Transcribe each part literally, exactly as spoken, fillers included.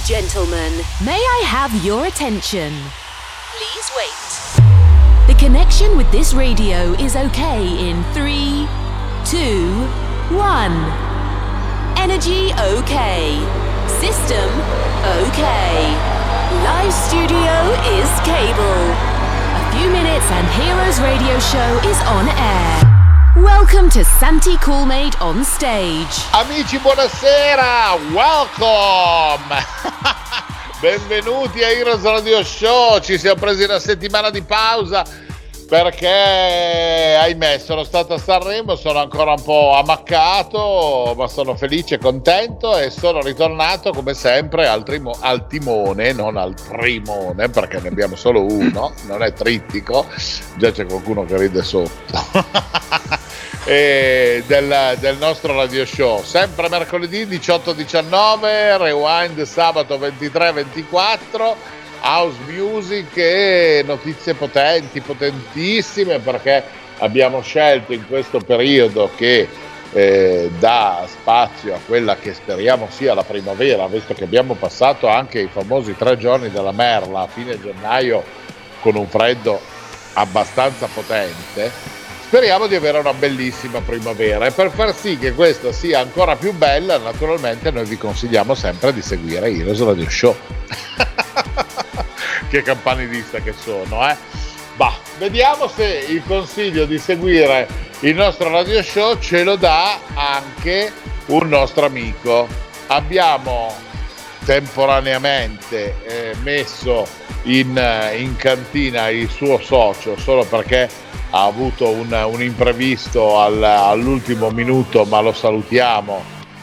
Gentlemen, may I have your attention? Please wait. The connection with this radio is okay in three, two, one. Energy okay. System okay. Live studio is cable. A few minutes and Heroes Radio Show is on air. Welcome to Santi Coolmade on stage. Amici, buonasera, welcome. Benvenuti a Heroes Radio Show. Ci siamo presi una settimana di pausa perché, ahimè, sono stato a Sanremo, sono ancora un po' ammaccato, ma sono felice e contento e sono ritornato come sempre al, trimo- al timone, non al trimone, perché ne abbiamo solo uno, non è trittico, già c'è qualcuno che ride sotto. E del, del nostro radio show, sempre mercoledì diciotto diciannove, rewind sabato ventitré ventiquattro, house music e notizie potenti, potentissime, perché abbiamo scelto in questo periodo che eh, dà spazio a quella che speriamo sia la primavera, visto che abbiamo passato anche i famosi tre giorni della merla a fine gennaio con un freddo abbastanza potente. Speriamo di avere una bellissima primavera e per far sì che questa sia ancora più bella, naturalmente noi vi consigliamo sempre di seguire Heroes Radio Show. Che campanilista che sono, eh? Bah, vediamo se il consiglio di seguire il nostro radio show ce lo dà anche un nostro amico. Abbiamo temporaneamente eh, messo in, in cantina il suo socio solo perché ha avuto un, un imprevisto al, all'ultimo minuto, ma lo salutiamo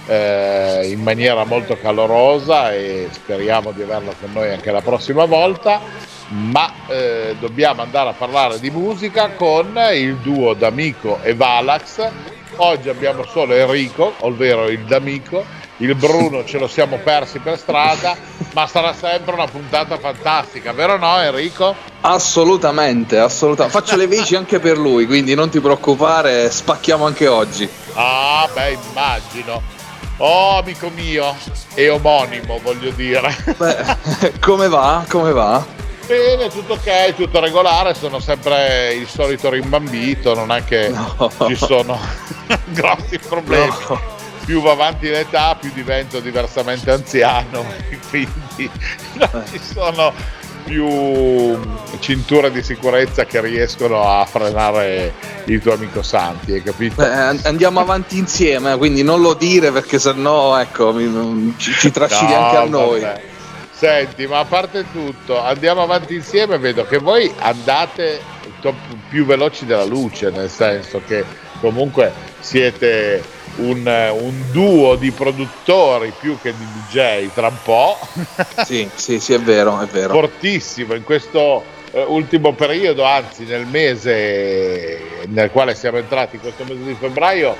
eh, in maniera molto calorosa e speriamo di averlo con noi anche la prossima volta. Ma eh, dobbiamo andare a parlare di musica con il duo D'Amico e Valax. Oggi abbiamo solo Enrico, ovvero il D'Amico. Il Bruno ce lo siamo persi per strada, ma sarà sempre una puntata fantastica, vero no Enrico? Assolutamente, assolutamente. Faccio le veci anche per lui, quindi non ti preoccupare, spacchiamo anche oggi. Ah, beh, immagino. Oh, amico mio, e omonimo, voglio dire. Beh, come va? Come va? Bene, tutto ok, tutto regolare, sono sempre il solito rimbambito, non è che no. Ci sono grossi problemi. No. Più va avanti l'età, più divento diversamente anziano, quindi non ci sono più cinture di sicurezza che riescono a frenare il tuo amico Santi, hai capito? Beh, andiamo avanti insieme, quindi non lo dire perché sennò ecco, ci, ci trascini no, anche a noi. Vabbè. Senti, ma a parte tutto, andiamo avanti insieme, vedo che voi andate più veloci della luce, nel senso che comunque siete un, un duo di produttori più che di D J tra un po'. Sì, sì, sì, è vero, è vero. Fortissimo in questo eh, ultimo periodo, anzi nel mese nel quale siamo entrati, questo mese di febbraio,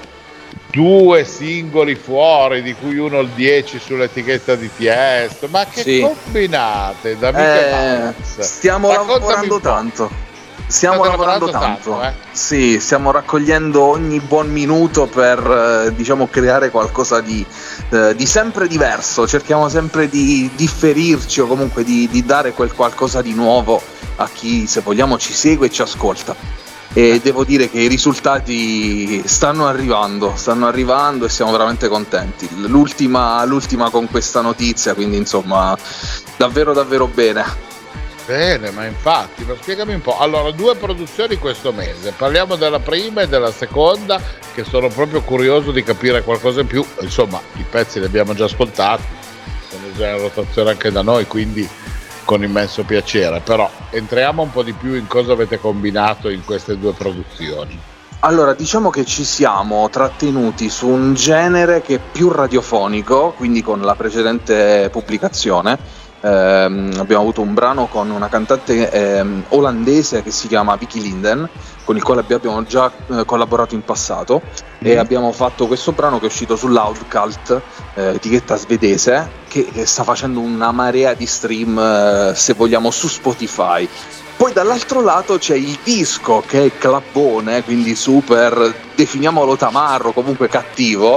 due singoli fuori, di cui uno il dieci sull'etichetta di Tiesto. Ma che sì. Combinate, da eh, stiamo lavorando tanto. Stiamo lavorando tanto, tanto eh? Sì, stiamo raccogliendo ogni buon minuto per eh, diciamo creare qualcosa di, eh, di sempre diverso. Cerchiamo sempre di differirci o comunque di, di dare quel qualcosa di nuovo a chi, se vogliamo, ci segue e ci ascolta. E devo dire che i risultati stanno arrivando, stanno arrivando e siamo veramente contenti. L'ultima, l'ultima con questa notizia, quindi insomma davvero davvero bene. Bene, ma infatti, ma spiegami un po'. Allora, due produzioni questo mese, parliamo della prima e della seconda, che sono proprio curioso di capire qualcosa in più. Insomma, i pezzi li abbiamo già ascoltati, sono già in rotazione anche da noi, quindi con immenso piacere. Però entriamo un po' di più in cosa avete combinato in queste due produzioni. Allora, diciamo che ci siamo trattenuti su un genere che è più radiofonico, quindi con la precedente pubblicazione. Eh, abbiamo avuto un brano con una cantante eh, olandese che si chiama Vicky Linden, con il quale abbiamo già eh, collaborato in passato, mm. e abbiamo fatto questo brano che è uscito su Loudcult, eh, etichetta svedese, che, che sta facendo una marea di stream, eh, se vogliamo, su Spotify. Poi dall'altro lato c'è il disco, che è clubbone, quindi super, definiamolo tamarro, comunque cattivo,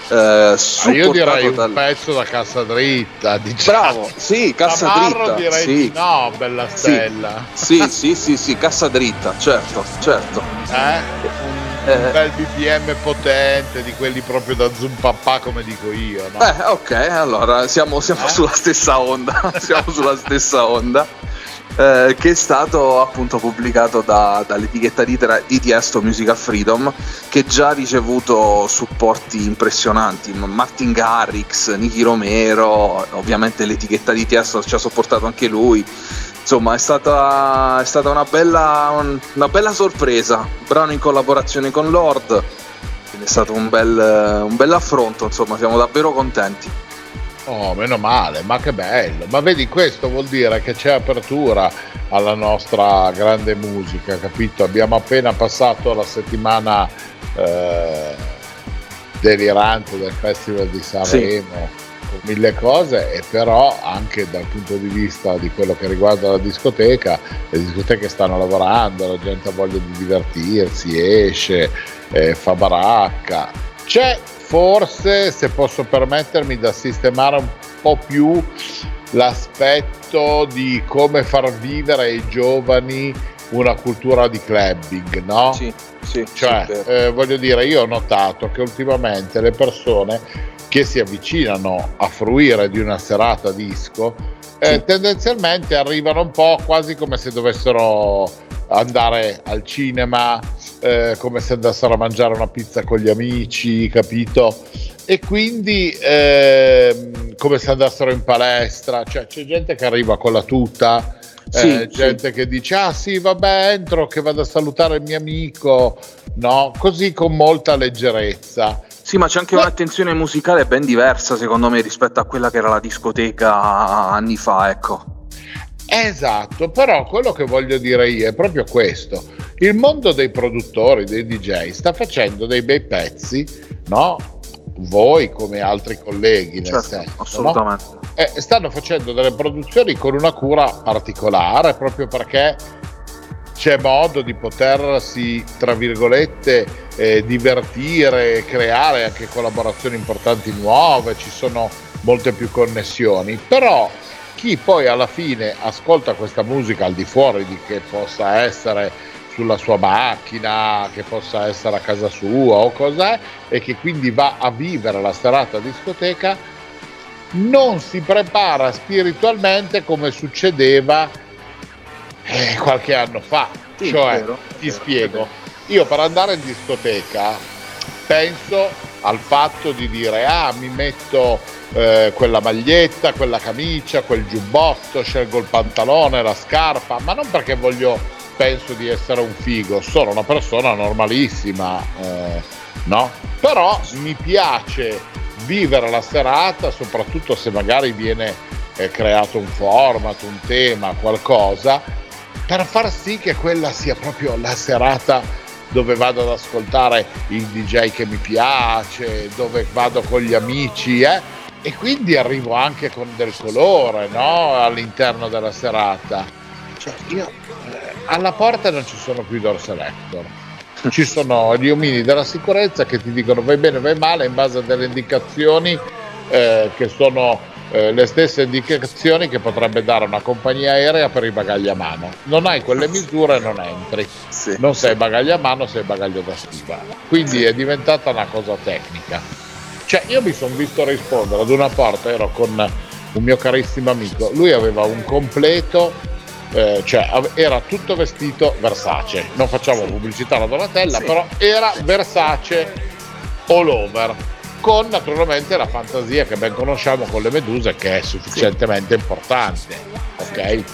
Eh, ah, io direi un dal... pezzo da Cassa Dritta, diciamo. Bravo, sì, Cassa Tamarro Dritta, direi sì. di no, Bella Stella. Sì, sì, sì, sì, sì, Cassa Dritta, certo, certo. Eh? Un, eh. un bel B P M potente, di quelli proprio da zoom papà, come dico io, no? Eh, ok, allora siamo, siamo eh? sulla stessa onda, siamo sulla stessa onda. Eh, che è stato appunto pubblicato da, dall'etichetta di, di Tiesto, Musical Freedom, che già ha ricevuto supporti impressionanti. Martin Garrix, Nicky Romero, ovviamente l'etichetta di Tiesto ci ha supportato anche lui. Insomma, è stata, è stata una bella, una bella sorpresa. Brano in collaborazione con Lord, quindi è stato un bel, un bel affronto. Insomma, siamo davvero contenti. Oh, meno male, ma che bello. Ma vedi, questo vuol dire che c'è apertura alla nostra grande musica, capito? Abbiamo appena passato la settimana eh, delirante del Festival di Sanremo, sì, con mille cose, e però anche dal punto di vista di quello che riguarda la discoteca, le discoteche stanno lavorando, la gente ha voglia di divertirsi, esce, eh, fa baracca. C'è forse, se posso permettermi, da sistemare un po' più l'aspetto di come far vivere ai giovani una cultura di clubbing, no? Sì, sì. Cioè, sì, eh, voglio dire, io ho notato che ultimamente le persone che si avvicinano a fruire di una serata disco eh, sì. tendenzialmente arrivano un po' quasi come se dovessero andare al cinema, eh, come se andassero a mangiare una pizza con gli amici, capito? E quindi eh, come se andassero in palestra, cioè c'è gente che arriva con la tuta, sì, eh, gente sì. che dice ah sì vabbè entro che vado a salutare il mio amico, no? Così con molta leggerezza. Sì, ma c'è anche ma... un'attenzione musicale ben diversa secondo me rispetto a quella che era la discoteca anni fa, ecco. Esatto, però quello che voglio dire io è proprio questo: il mondo dei produttori, dei D J sta facendo dei bei pezzi, no? Voi come altri colleghi, nel certo, senso, assolutamente. No? Eh, stanno facendo delle produzioni con una cura particolare, proprio perché c'è modo di potersi, tra virgolette, eh, divertire, creare anche collaborazioni importanti nuove, ci sono molte più connessioni, però chi poi alla fine ascolta questa musica al di fuori di che possa essere sulla sua macchina, che possa essere a casa sua o cos'è, e che quindi va a vivere la serata discoteca, non si prepara spiritualmente come succedeva eh, qualche anno fa. Sì, cioè, vero, ti vero, spiego, vero. Io per andare in discoteca penso al fatto di dire ah mi metto eh, quella maglietta, quella camicia, quel giubbotto, scelgo il pantalone, la scarpa, ma non perché voglio, penso di essere un figo, sono una persona normalissima, eh, no? Però mi piace vivere la serata, soprattutto se magari viene eh, creato un format, un tema, qualcosa, per far sì che quella sia proprio la serata dove vado ad ascoltare il D J che mi piace, dove vado con gli amici, eh? E quindi arrivo anche con del colore, no? All'interno della serata. Cioè io eh, alla porta non ci sono più door selector, ci sono gli omini della sicurezza che ti dicono vai bene, vai male in base a delle indicazioni eh, che sono eh, le stesse indicazioni che potrebbe dare una compagnia aerea per i bagagli a mano. Non hai quelle misure, non entri. Sì, non sei bagaglio a mano, sei bagaglio da stiva. Quindi sì, è diventata una cosa tecnica. Cioè io mi sono visto rispondere ad una porta, ero con un mio carissimo amico, lui aveva un completo, eh, cioè era tutto vestito Versace, non facciamo sì, pubblicità alla Donatella, sì, però era Versace all over, con naturalmente la fantasia che ben conosciamo con le meduse, che è sufficientemente sì, importante, ok?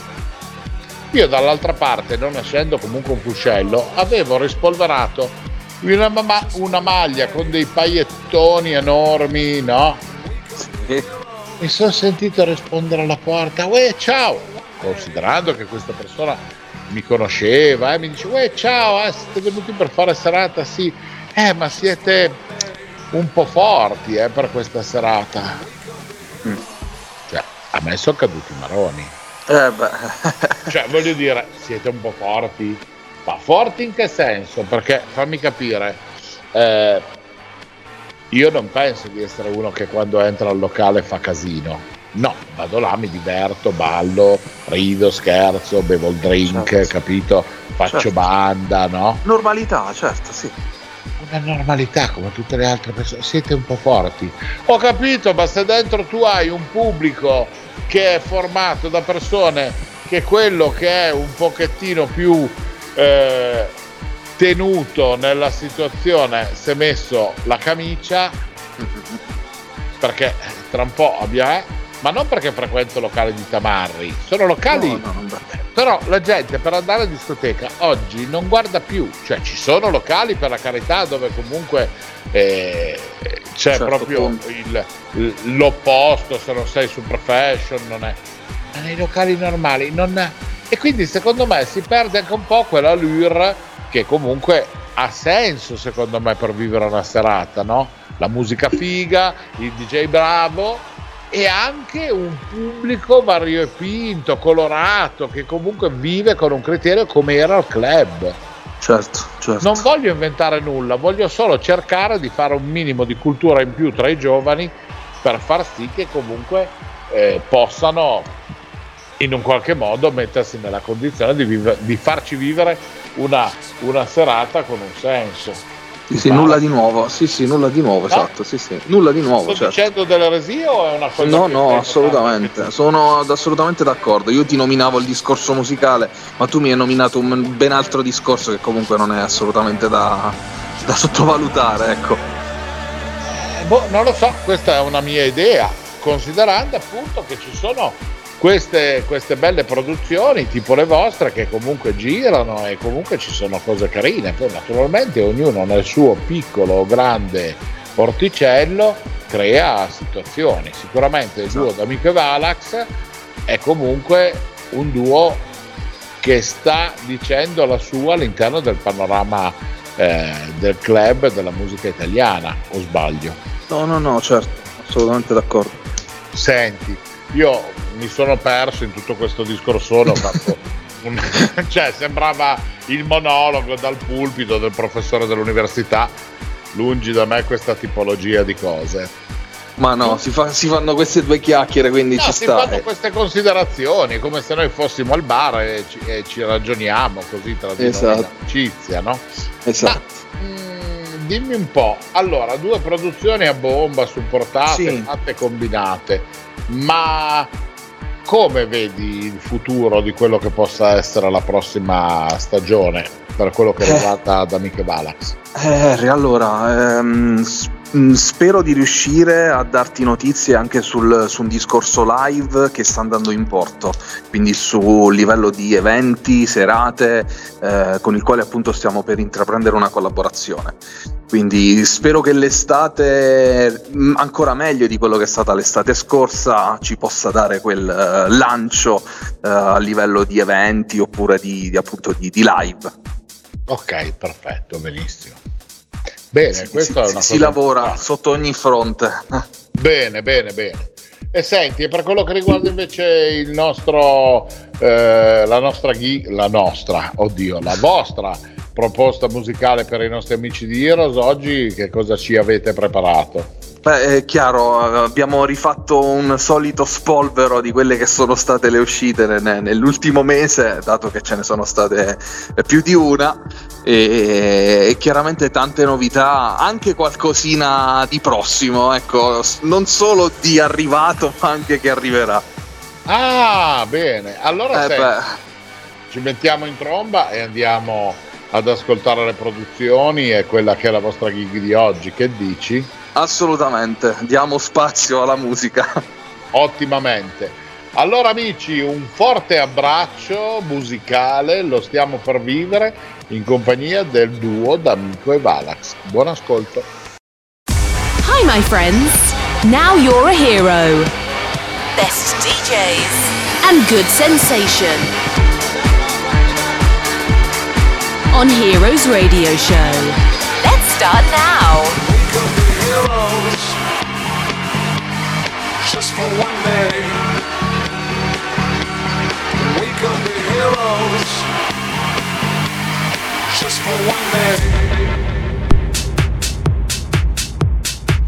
Io dall'altra parte, non essendo comunque un fuscello, avevo rispolverato una, ma- una maglia con dei paillettoni enormi, no? Sì. Mi sono sentito rispondere alla porta, uè ciao, considerando che questa persona mi conosceva, eh, mi dice uè ciao, eh, siete venuti per fare serata? Sì, eh ma siete un po' forti eh, per questa serata. Mm. Cioè, a me sono caduti i maroni. Eh beh. Cioè, voglio dire, siete un po' forti? Ma forti in che senso? Perché, fammi capire, eh, io non penso di essere uno che quando entra al locale fa casino. No, vado là, mi diverto, ballo, rido, scherzo, bevo il drink, certo. Capito? Faccio certo. Banda, no? Normalità, certo, sì. Una normalità come tutte le altre persone. Siete un po' forti. Ho capito, ma se dentro tu hai un pubblico che è formato da persone che quello che è un pochettino più eh, tenuto nella situazione si è messo la camicia, perché tra un po' abbiamo... ma non perché frequento locali di tamarri, sono locali, no, no, no. Però la gente per andare in discoteca oggi non guarda più, cioè ci sono locali per la carità dove comunque eh, c'è certo proprio il, l'opposto, se non sei super fashion, non è, ma nei locali normali non è, e quindi secondo me si perde anche un po' quella allure che comunque ha senso secondo me per vivere una serata, no? La musica figa, il D J bravo, e anche un pubblico variopinto, colorato, che comunque vive con un criterio come era il club. Certo, certo. Non voglio inventare nulla, voglio solo cercare di fare un minimo di cultura in più tra i giovani per far sì che comunque eh, possano in un qualche modo mettersi nella condizione di, vive- di farci vivere una, una serata con un senso. Sì, sì, nulla di nuovo, sì, sì, nulla di nuovo, no? Esatto, sì, sì, nulla di nuovo. Sto certo. dicendo dell'eresia o è una cosa? No, no, assolutamente, sono assolutamente d'accordo. Io ti nominavo il discorso musicale, ma tu mi hai nominato un ben altro discorso che comunque non è assolutamente da, da sottovalutare, ecco. Eh, boh, non lo so, questa è una mia idea, considerando appunto che ci sono queste, queste belle produzioni tipo le vostre che comunque girano e comunque ci sono cose carine. Poi naturalmente ognuno nel suo piccolo o grande orticello crea situazioni. Sicuramente il duo D'Amico e Valax è comunque un duo che sta dicendo la sua all'interno del panorama eh, del club della musica italiana, o sbaglio? No, no, no, certo, assolutamente d'accordo. Senti, io mi sono perso in tutto questo discorsone, ho fatto un... cioè sembrava il monologo dal pulpito del professore dell'università, lungi da me questa tipologia di cose. Ma no, si, fa, si fanno queste due chiacchiere, quindi no, ci si sta. Si fanno queste considerazioni, come se noi fossimo al bar e ci, e ci ragioniamo così tra di esatto. noi in amicizia, no? Esatto. Ma, mh, dimmi un po', allora, due produzioni a bomba, supportate, sì. fatte, combinate, ma come vedi il futuro di quello che possa essere la prossima stagione per quello che riguarda eh. D'Amico e Valax? Eh, allora, ehm, spero di riuscire a darti notizie anche sul, su un discorso live che sta andando in porto, quindi su livello di eventi, serate, eh, con il quale appunto stiamo per intraprendere una collaborazione. Quindi spero che l'estate, ancora meglio di quello che è stata l'estate scorsa, ci possa dare quel uh, lancio uh, a livello di eventi oppure di, di appunto di, di live. Ok, perfetto, benissimo. Bene, sì, questo sì, è una si cosa lavora importante. Sotto ogni fronte. Bene, bene, bene. E senti, e per quello che riguarda invece il nostro, eh, la nostra, ghi- la nostra, oddio, la vostra proposta musicale per i nostri amici di Heroes, oggi che cosa ci avete preparato? Beh, è chiaro, abbiamo rifatto un solito spolvero di quelle che sono state le uscite ne- nell'ultimo mese, dato che ce ne sono state più di una, e, e chiaramente tante novità, anche qualcosina di prossimo, ecco, non solo di arrivato ma anche che arriverà. Ah, bene, allora eh senti, ci mettiamo in tromba e andiamo ad ascoltare le produzioni e quella che è la vostra gig di oggi, che dici? Assolutamente, diamo spazio alla musica. Ottimamente. Allora amici, un forte abbraccio musicale, lo stiamo per vivere in compagnia del duo D'Amico e Valax. Buon ascolto. Hi my friends, now you're a hero. Best D Js and good sensation. On Heroes Radio Show. Let's start now. We could be heroes just for one day. We could be heroes just for one day.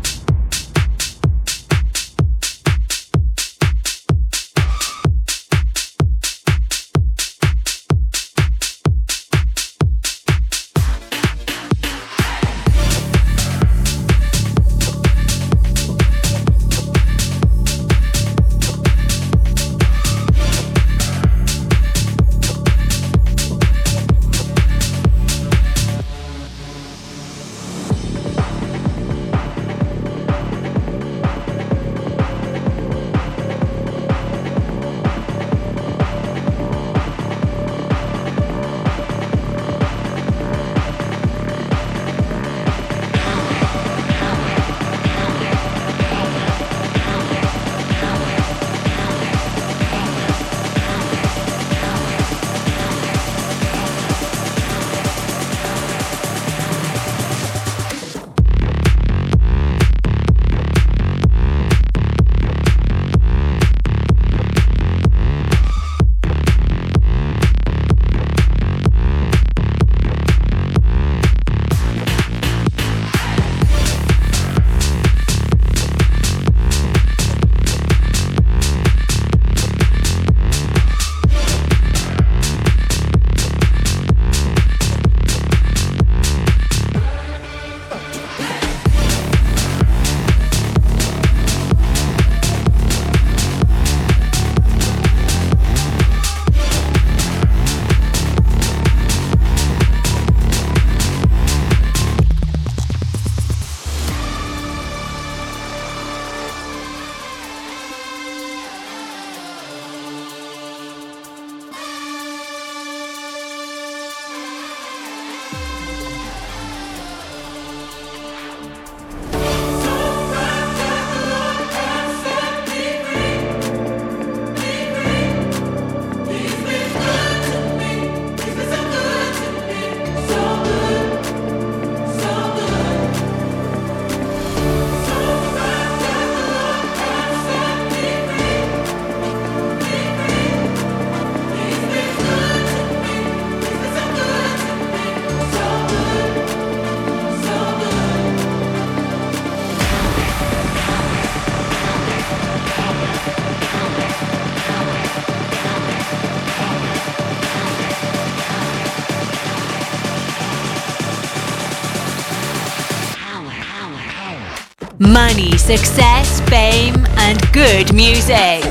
money, success, fame, and good music.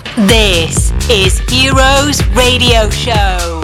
This is Heroes Radio Show.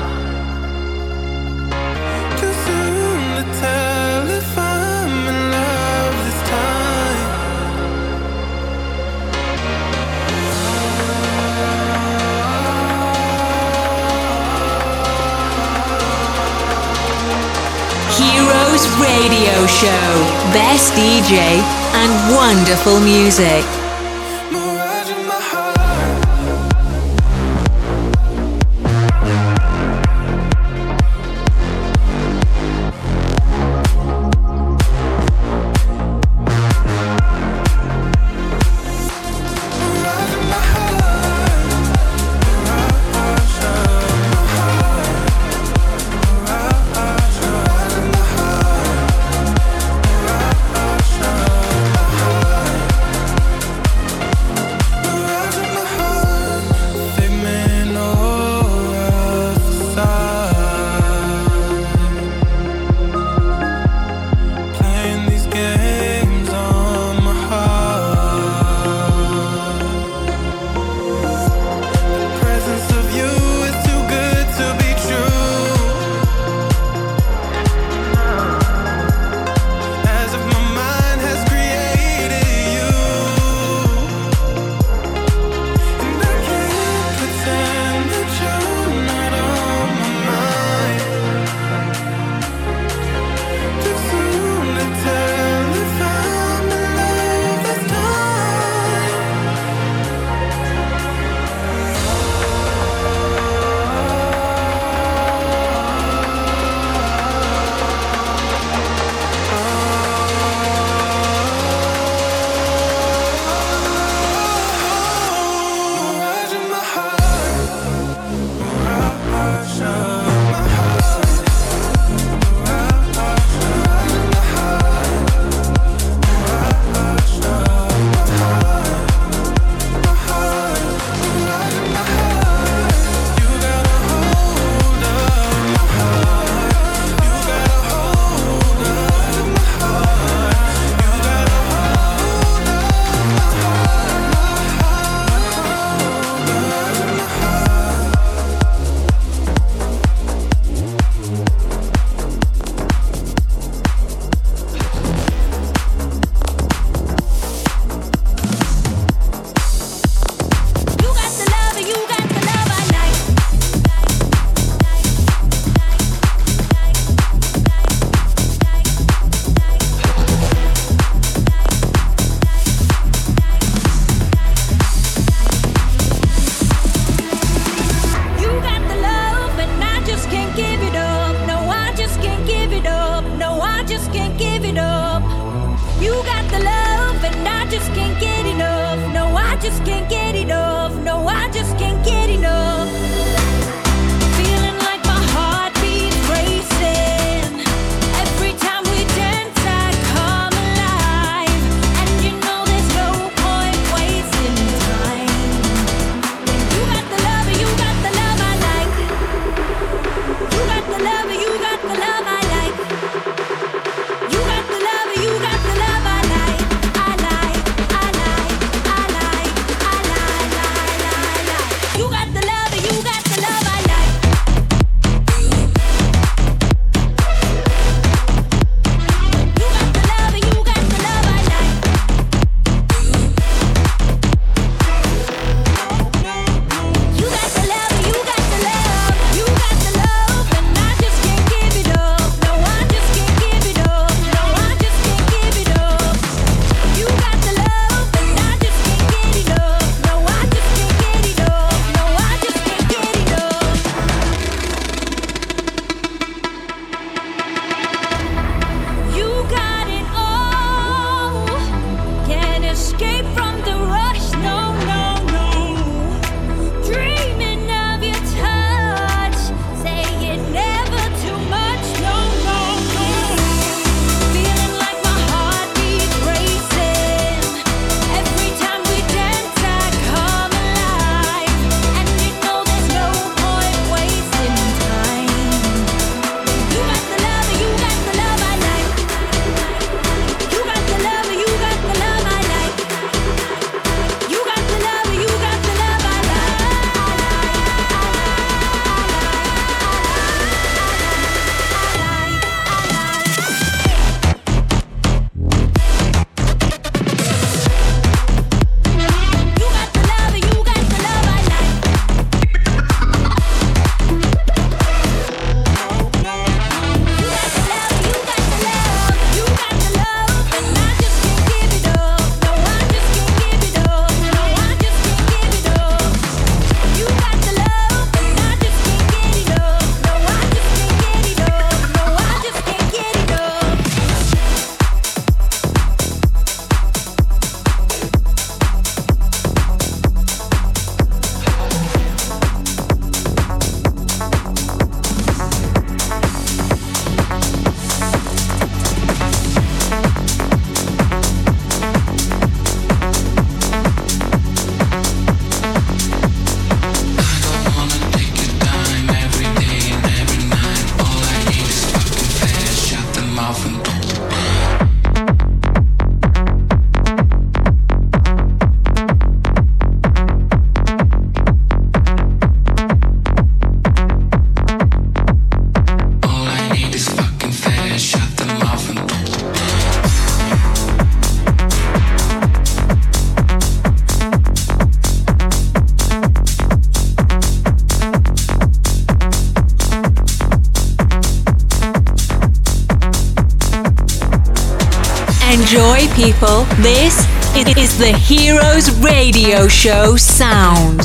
Too soon to tell if I'm in love. Radio Show. Best D J and wonderful music. I like Party people, this is the Heroes Radio Show sound.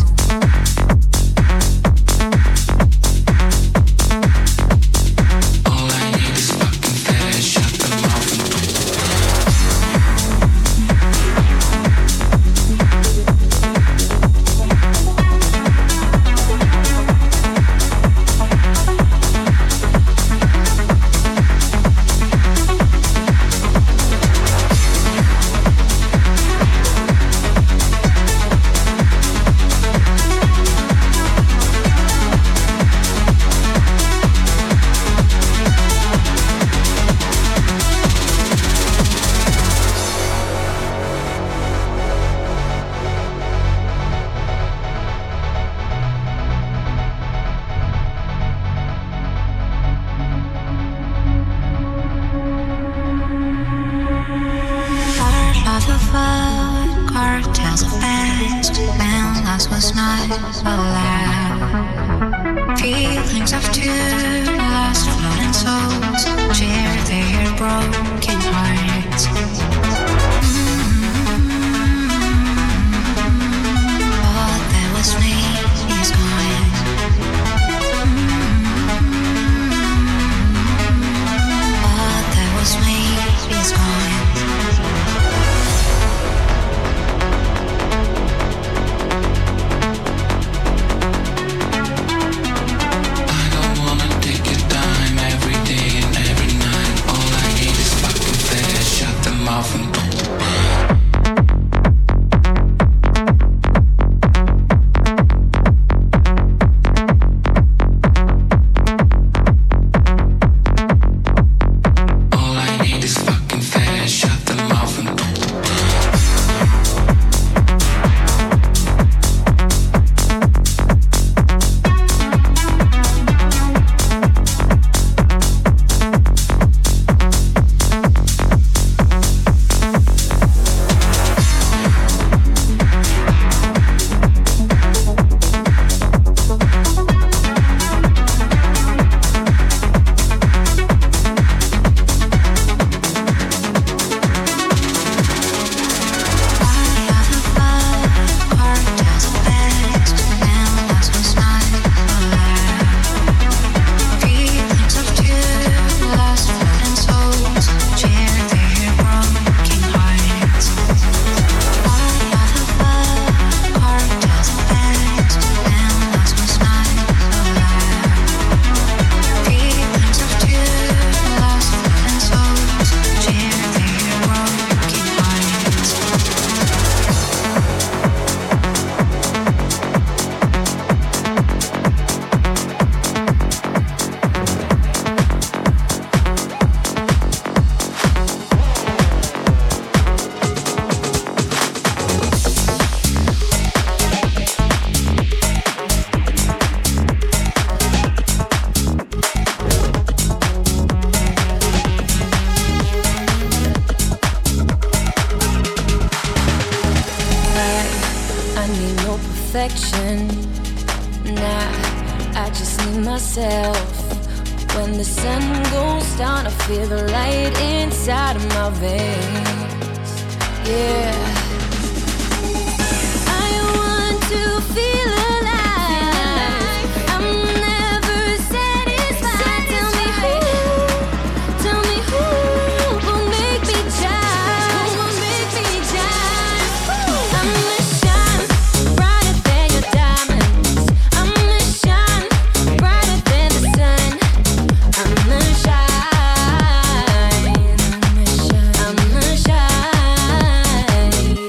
Shine.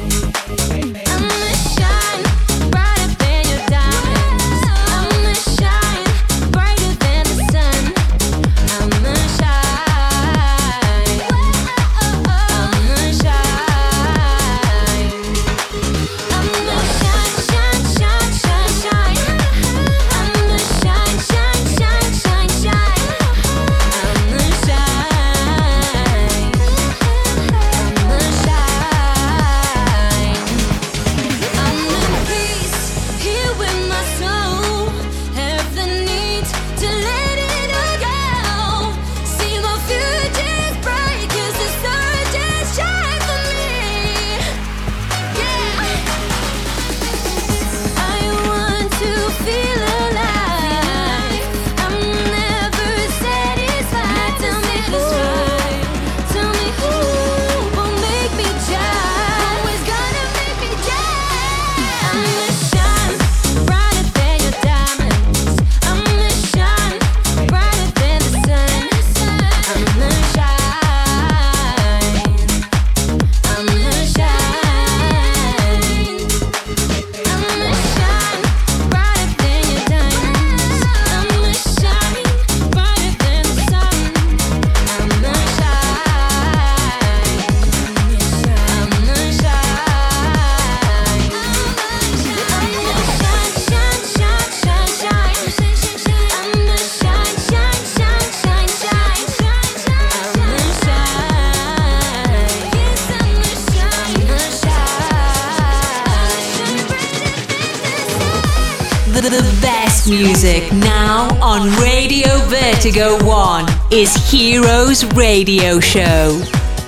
The best music now on Radio Vertigo One is Heroes Radio Show.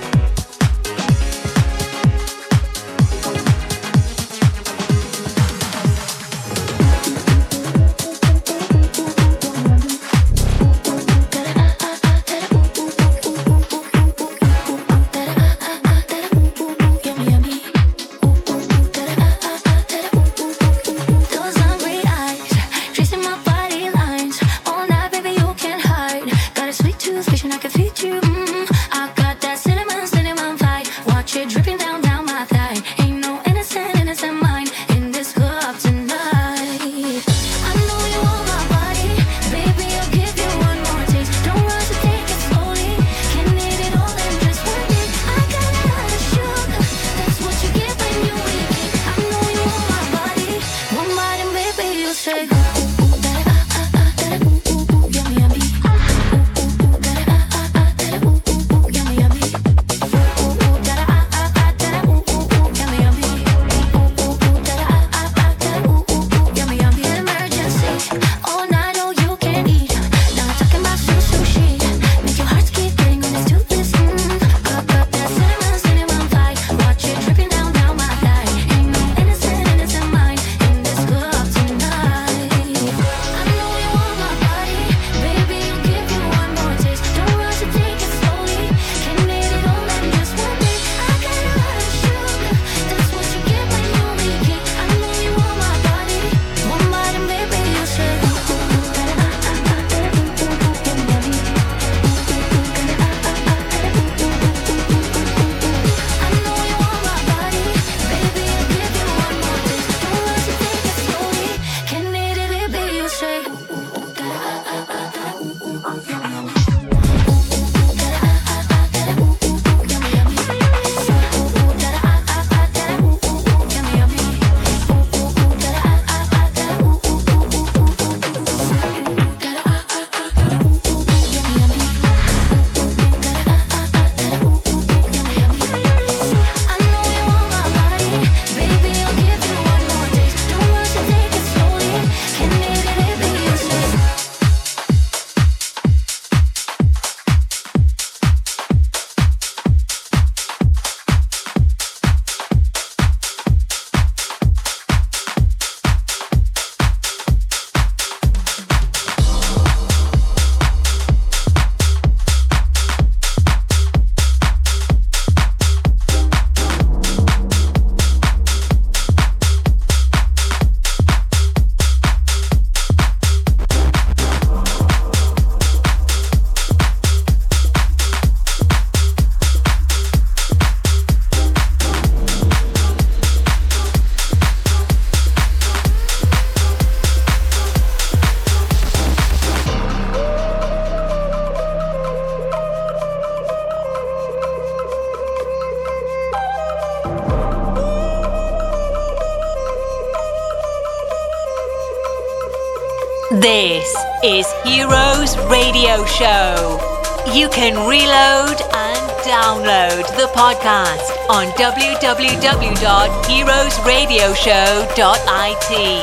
This is Heroes Radio Show. You can reload and download the podcast on w w w dot heroes radio show dot i t.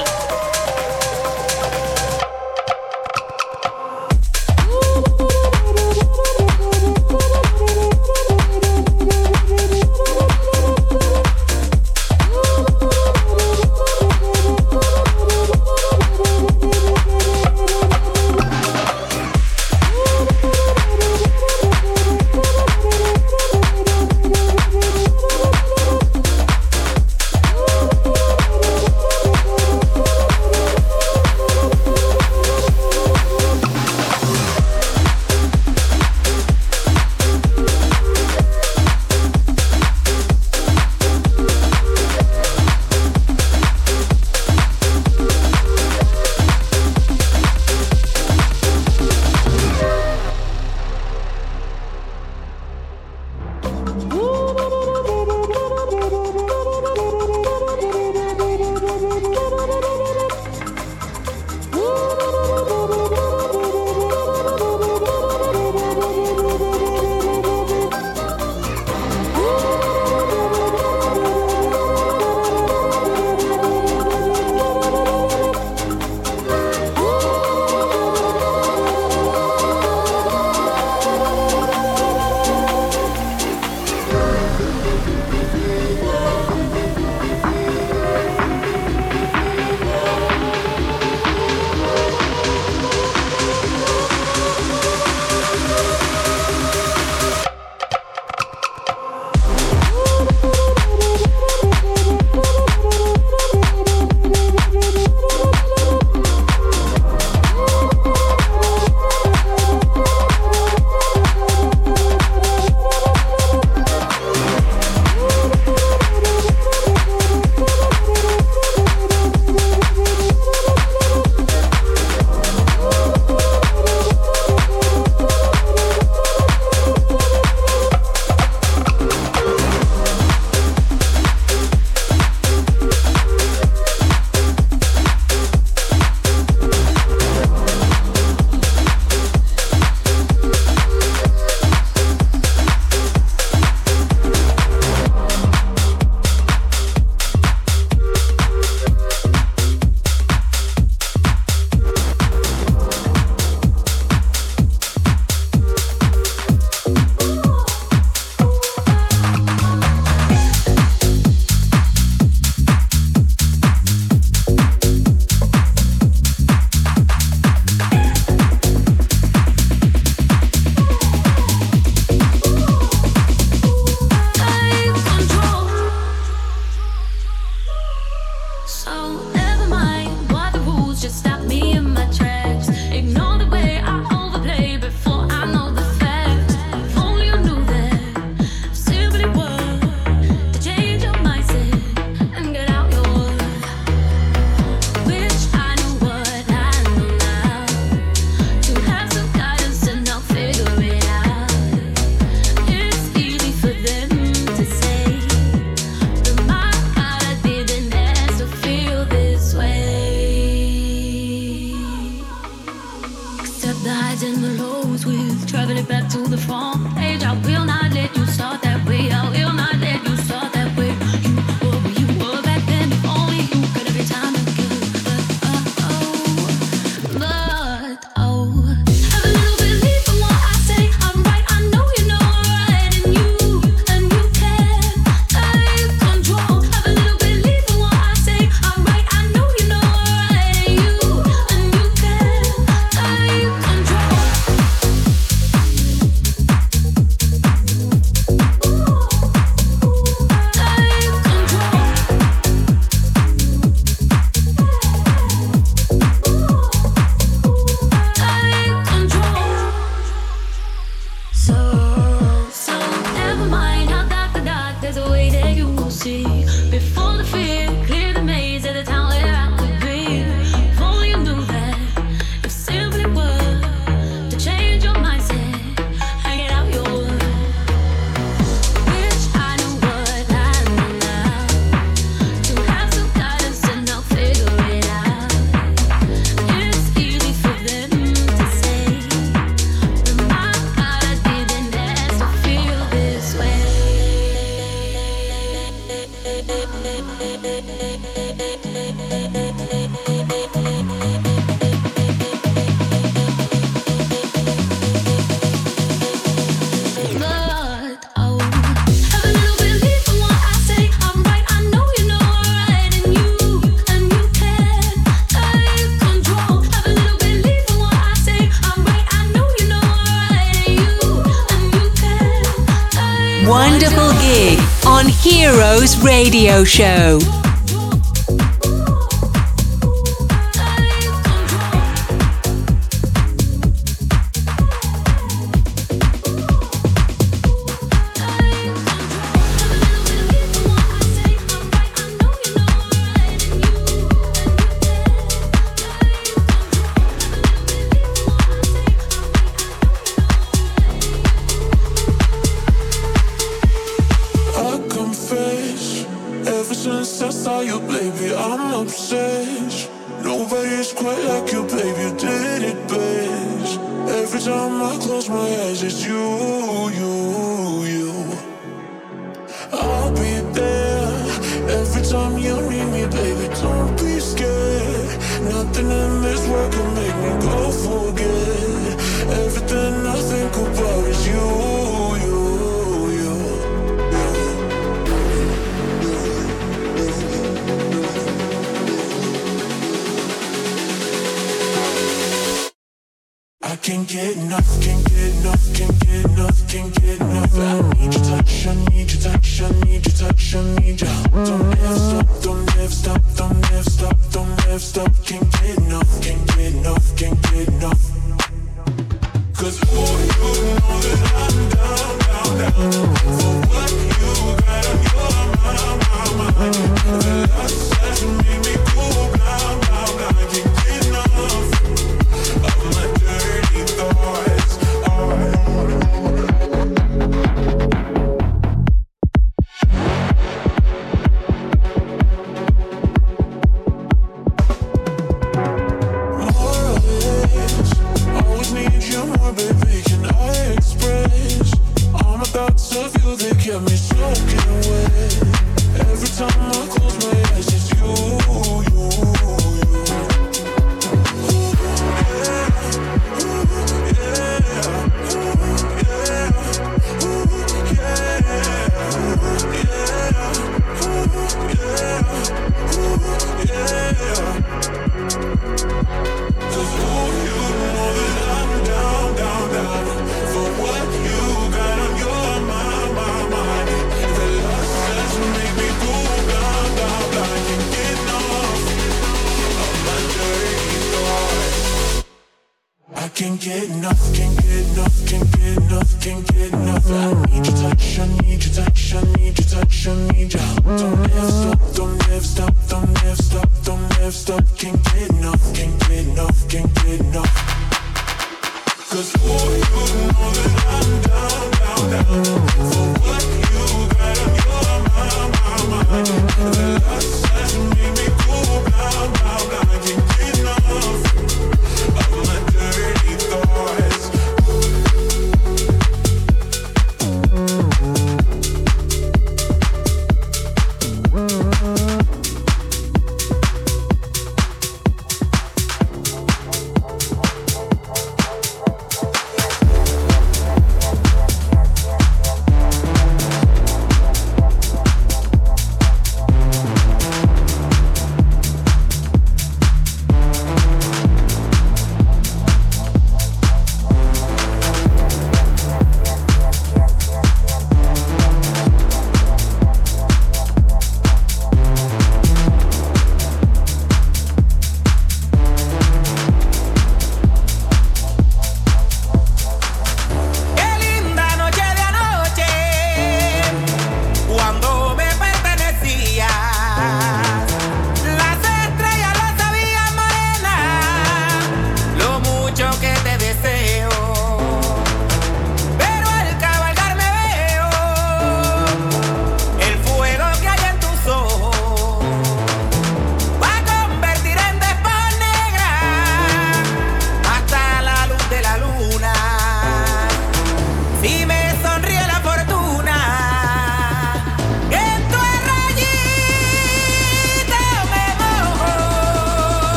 Heroes Radio Show.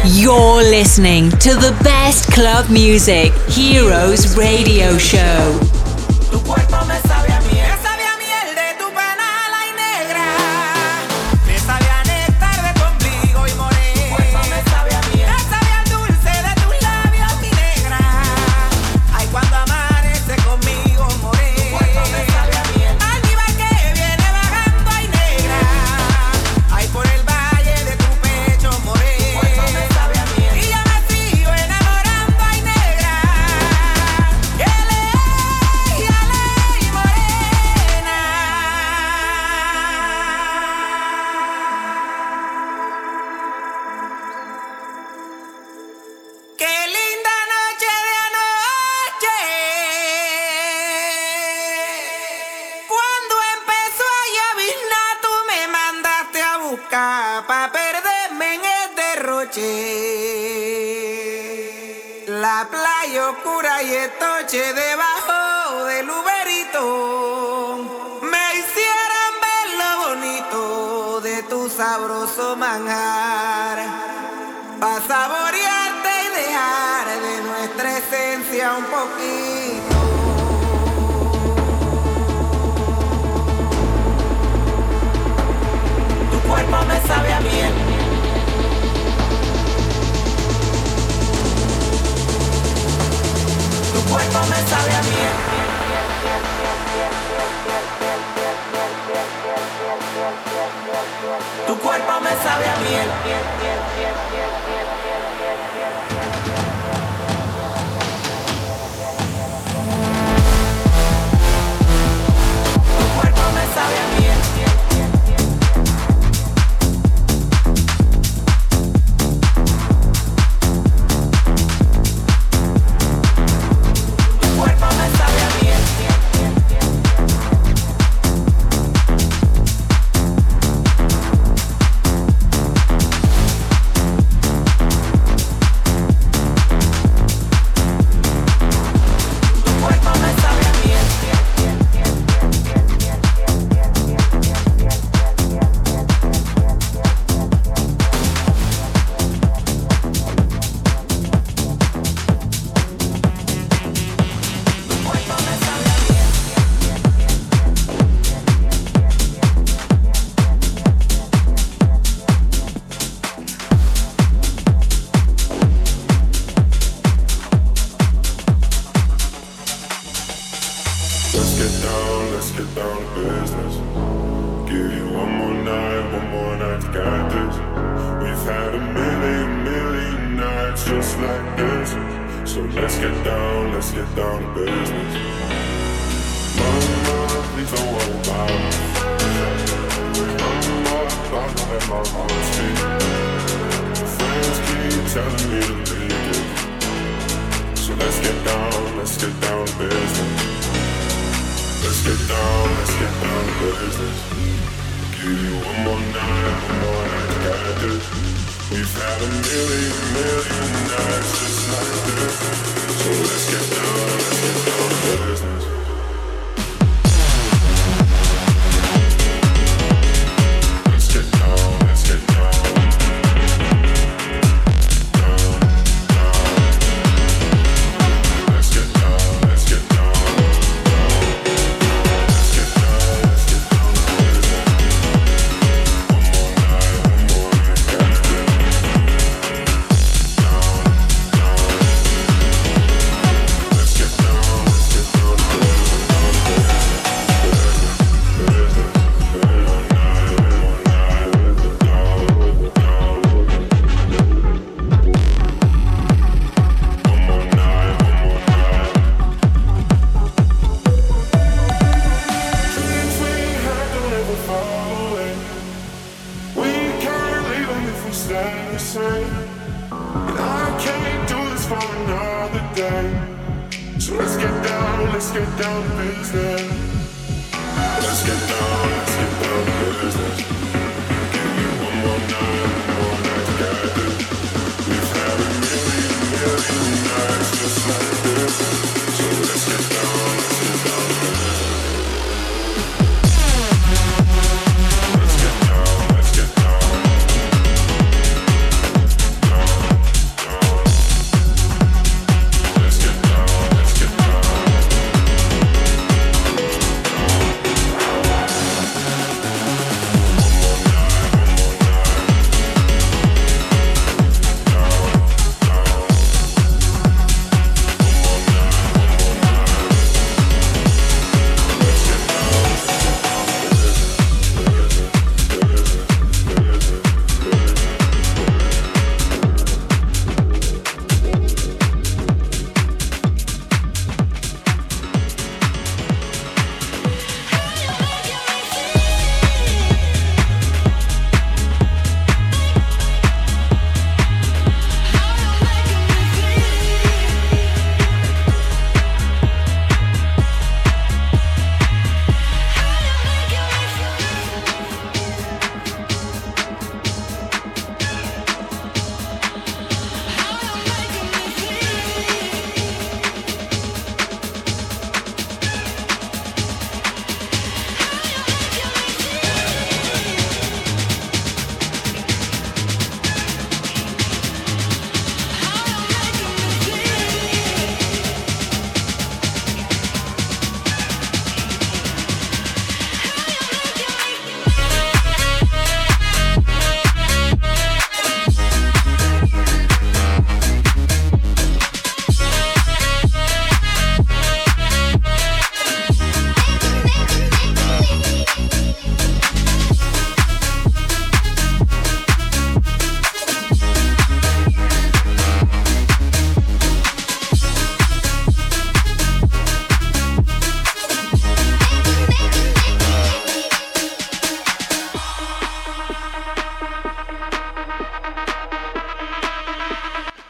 You're listening to the best club music, Heroes Radio Show. Tu cuerpo me sabe a miel, sabe a miel de tu panala y negra. Me sabe a néctar de tu ombligo y morena. Tu cuerpo me sabe a miel, me sabe al dulce de tus labios, mi negra. Ay, cuando amanece conmigo, morena. Tu cuerpo me sabe a miel, almíbar que viene bajando, ay, negra. Ay, por el valle de tu pecho, morena. Tu cuerpo me sabe a miel, y yo me sigo enamorando, ay, negra. Que le qué linda noche de anoche, cuando empezó a lloviznar tú me mandaste a buscar pa' perderme en el derroche. La playa oscura y estoche debajo del uberito me hicieron ver lo bonito de tu sabroso manjar, pa' saborearte y dejar de nuestra esencia un poquito. Tu cuerpo me sabe a miel, tu cuerpo me sabe a miel. Tu cuerpo me sabe a miel. Tu cuerpo me sabe a miel. Tu cuerpo me sabe a miel.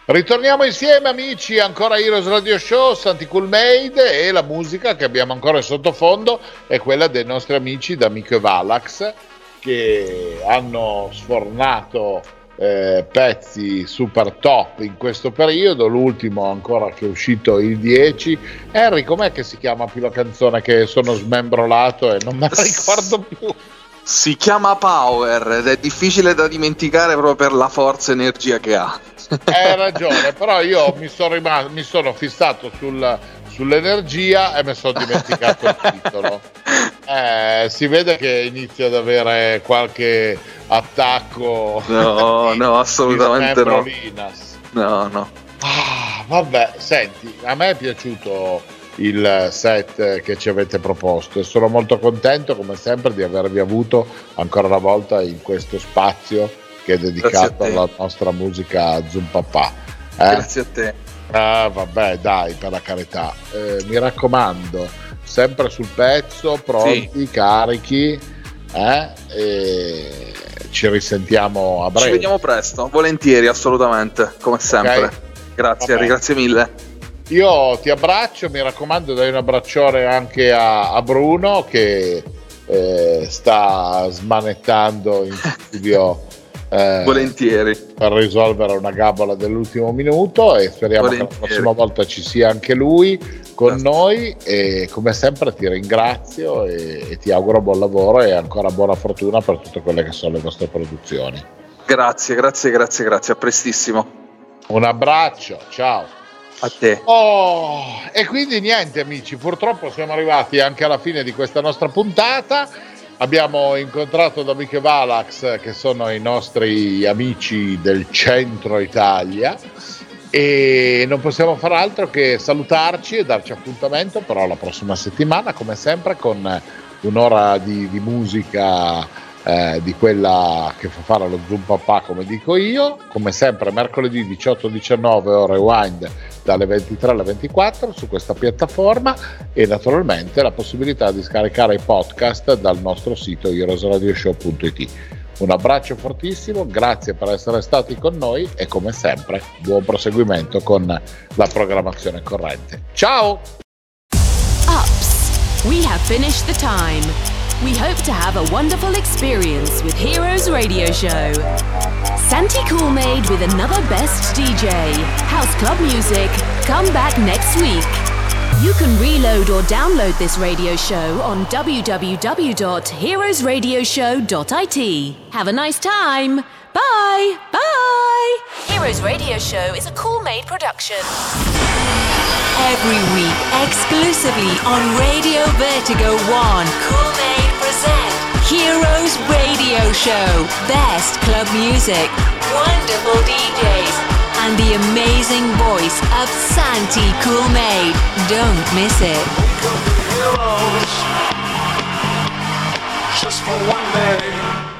Ritorniamo insieme amici, ancora Heroes Radio Show, Santi Cool Made, e la musica che abbiamo ancora in sottofondo è quella dei nostri amici da Amico e Valax, che hanno sfornato eh, pezzi super top in questo periodo. L'ultimo ancora che è uscito il dieci. Henry, com'è che si chiama più la canzone che sono smembrolato e non me la ricordo più? Si chiama Power ed è difficile da dimenticare proprio per la forza e energia che ha. Hai ragione, però io mi sono rimasto, mi sono fissato sul, sull'energia e mi sono dimenticato il titolo. Eh, si vede che inizio ad avere qualche attacco. No, di, no, assolutamente no. No, no. Ah, vabbè, senti, a me è piaciuto il set che ci avete proposto e sono molto contento come sempre di avervi avuto ancora una volta in questo spazio che è dedicato alla nostra musica Zoom Papà. Eh? Grazie a te. Ah, vabbè, dai, per la carità. Eh, mi raccomando, sempre sul pezzo, pronti, sì. Carichi, eh? E ci risentiamo a breve. Ci vediamo presto, volentieri, assolutamente, come sempre. Okay. Grazie, vabbè. Grazie mille. Io ti abbraccio, mi raccomando, dai un abbraccione anche a, a Bruno che eh, sta smanettando in studio. Eh, volentieri, per risolvere una gabola dell'ultimo minuto, e speriamo volentieri. Che la prossima volta ci sia anche lui con Grazie. Noi, e come sempre ti ringrazio e, e ti auguro buon lavoro e ancora buona fortuna per tutte quelle che sono le vostre produzioni. Grazie, grazie, grazie, grazie, a prestissimo. Un abbraccio, ciao. A te. Oh, e quindi niente amici, purtroppo siamo arrivati anche alla fine di questa nostra puntata. Abbiamo incontrato Amico e Valax, che sono i nostri amici del centro Italia, e non possiamo far altro che salutarci e darci appuntamento però la prossima settimana, come sempre, con un'ora di, di musica eh, di quella che fa fare lo Zoom Papà, come dico io, come sempre mercoledì diciotto diciannove ore Rewind dalle ventitré alle ventiquattro su questa piattaforma, e naturalmente la possibilità di scaricare i podcast dal nostro sito heroes radio show punto it. Un abbraccio fortissimo, grazie per essere stati con noi e come sempre buon proseguimento con la programmazione corrente. Ciao! Ups, we have finished the time. We hope to have a wonderful experience with Heroes Radio Show. Santi Cool Made with another best D J. House club music. Come back next week. You can reload or download this radio show on w w w dot heroes radio show dot i t. Have a nice time. Bye. Bye. Heroes Radio Show is a Cool Made production. Every week, exclusively on Radio Vertigo One, Cool Made present Heroes Radio Show. Best club music, wonderful D Js, and the amazing voice of Santi Cool Made. Don't miss it. We could be heroes just for one day.